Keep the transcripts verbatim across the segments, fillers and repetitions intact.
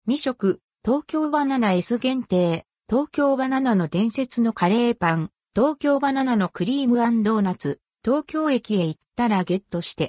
未食、東京バナナ S 限定、東京バナナの伝説のカレーパン、東京バナナのクリーム&ドーナツ、東京駅へ行ったらゲットして。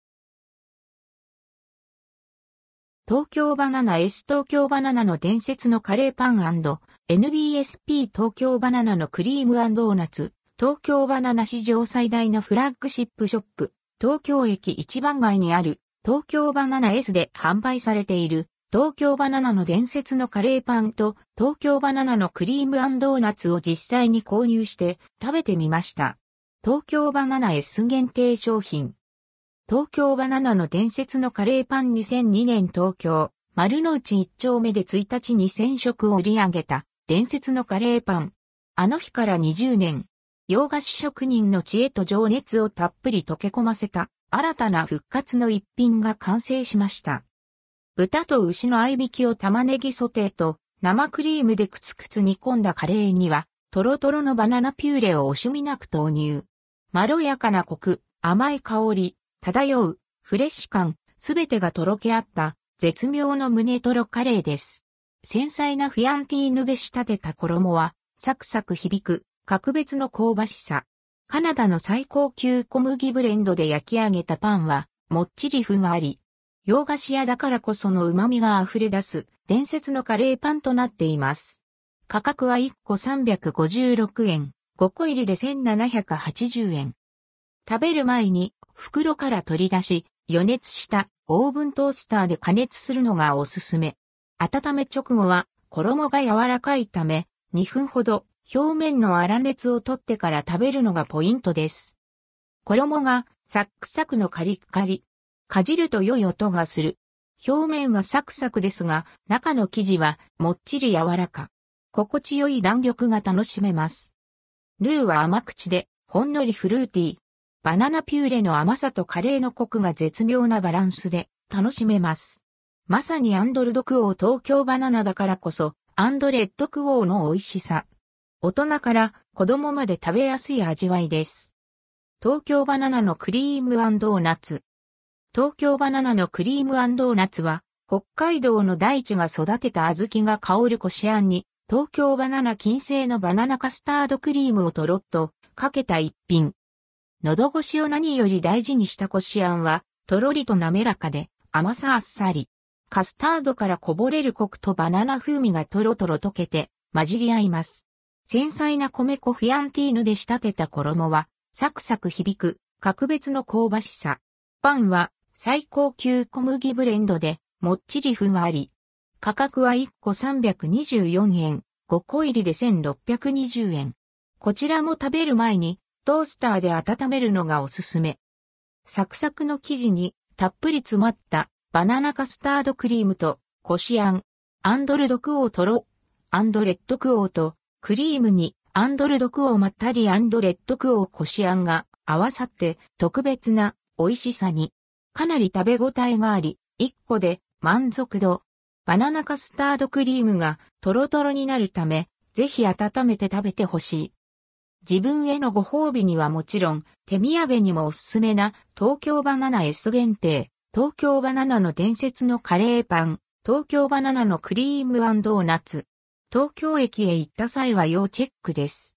東京バナナ S 東京バナナの伝説のカレーパン &エヌビーエスピー 東京バナナのクリーム&ドーナツ、東京バナナ史上最大のフラッグシップショップ、東京駅一番街にある東京バナナ S で販売されている東京バナナの伝説のカレーパンと東京バナナのクリーム&ドーナツを実際に購入して食べてみました。東京バナナ S 限定商品。東京バナナの伝説のカレーパンにせんにねん東京、丸の内一丁目でついたちにせんしょくを売り上げた伝説のカレーパン。あの日からにじゅうねん、洋菓子職人の知恵と情熱をたっぷり溶け込ませた新たな復活の一品が完成しました。豚と牛の合いびきを玉ねぎソテーと生クリームでくつくつ煮込んだカレーには、トロトロのバナナピューレを惜しみなく投入。まろやかなコク、甘い香り、漂う、フレッシュ感、すべてがとろけ合った、絶妙の胸トロカレーです。繊細なフィアンティーヌで仕立てた衣は、サクサク響く、格別の香ばしさ。カナダの最高級小麦ブレンドで焼き上げたパンは、もっちりふんわり。洋菓子屋だからこその旨味が溢れ出す、伝説のカレーパンとなっています。価格はいっこさんびゃくごじゅうろくえん、ごこ入りでせんななひゃくはちじゅうえん。食べる前に袋から取り出し、予熱したオーブントースターで加熱するのがおすすめ。温め直後は衣が柔らかいため、にふんほど表面の粗熱を取ってから食べるのがポイントです。衣がサックサクのカリッカリ。かじると良い音がする。表面はサクサクですが、中の生地はもっちり柔らか。心地よい弾力が楽しめます。ルーは甘口で、ほんのりフルーティー。バナナピューレの甘さとカレーのコクが絶妙なバランスで楽しめます。まさにアンドルドクオー東京バナナだからこそ、アンドレッドクオーの美味しさ。大人から子供まで食べやすい味わいです。東京バナナのクリーム&ドーナツ。東京バナナのクリーム&ドーナツは、北海道の大地が育てた小豆が香るこしあんに、東京バナナ金製のバナナカスタードクリームをとろっとかけた一品。喉越しを何より大事にしたこしあんは、とろりと滑らかで、甘さあっさり。カスタードからこぼれるコクとバナナ風味がとろとろ溶けて、混じり合います。繊細な米粉フィアンティーヌで仕立てた衣は、サクサク響く、格別の香ばしさ。パンは、最高級小麦ブレンドで、もっちりふんわり。価格はいっこさんびゃくにじゅうよんえん、ごこ入りでせんろっぴゃくにじゅうえん。こちらも食べる前に、トースターで温めるのがおすすめ。サクサクの生地に、たっぷり詰まったバナナカスタードクリームと、こしあん、アンドルドクオーとろ、アンドレッドクオーと、クリームに、アンドルドクオーまったりアンドレッドクオーこしあんが合わさって、特別な美味しさに。かなり食べ応えがあり、いっこで満足度。バナナカスタードクリームがトロトロになるため、ぜひ温めて食べてほしい。自分へのご褒美にはもちろん、手土産にもおすすめな東京バナナ S 限定、東京バナナの伝説のカレーパン、東京バナナのクリーム&ドーナツ。東京駅へ行った際は要チェックです。